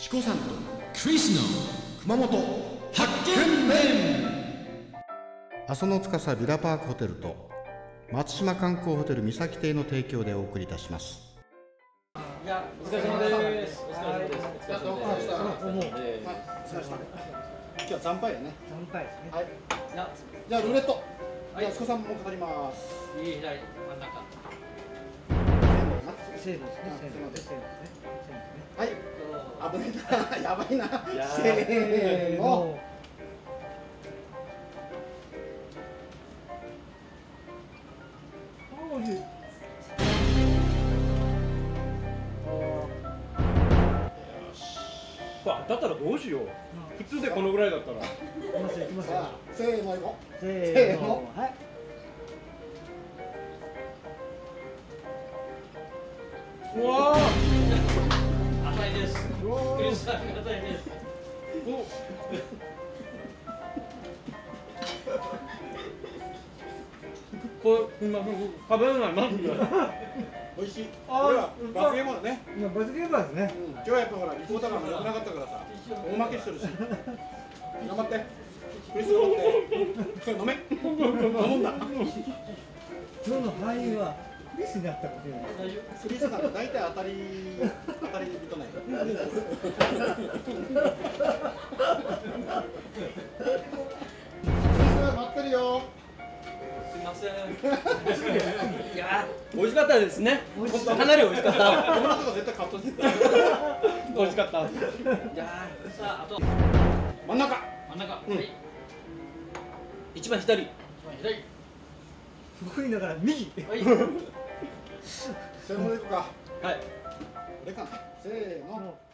チコさんとクリスの熊本発見面。阿蘇の司ビラパークホテルと松島観光ホテル三崎邸の提供でお送りいたします。 いや、お疲れ様です。お疲れ様です。お疲れ様です。 今日は惨敗やね。 惨敗ですね。 はい。じゃあルーレット。じゃあチコさんもかかります。 いい左真ん中。 せーのですね。 せーのですね。 はい。危ないな。やばいな。せーの。 だったらどうしよう。普通でこのぐらいだったら。 いきますよ、いきますよ。 せーのいこう。 せーの。はい。 うわー。 浅いです。クリスさん浅いです。 これ今食べれないマジで。 美味しい。 あーこれは罰ゲームだね。 今罰ゲームですね。 今日はやっぱほらリポーターが良くなかったからさ、大負けしてるし。頑張って。クリス頑張って。それ飲め。飲んだ。 今日の敗因はクリスになったことよ。 クリスなんか大体当たりで人ない。クリスは待ってるよ。 すみません。 いや美味しかったですね。かなり美味しかった。 このとこ絶対カットしてた。 美味しかった。 じゃあ、さあ、あと真ん中。 真ん中。はい。 一番左。 左。 福井だから右。 はい。 せーのでいくか。 はい。 これかな。せーの。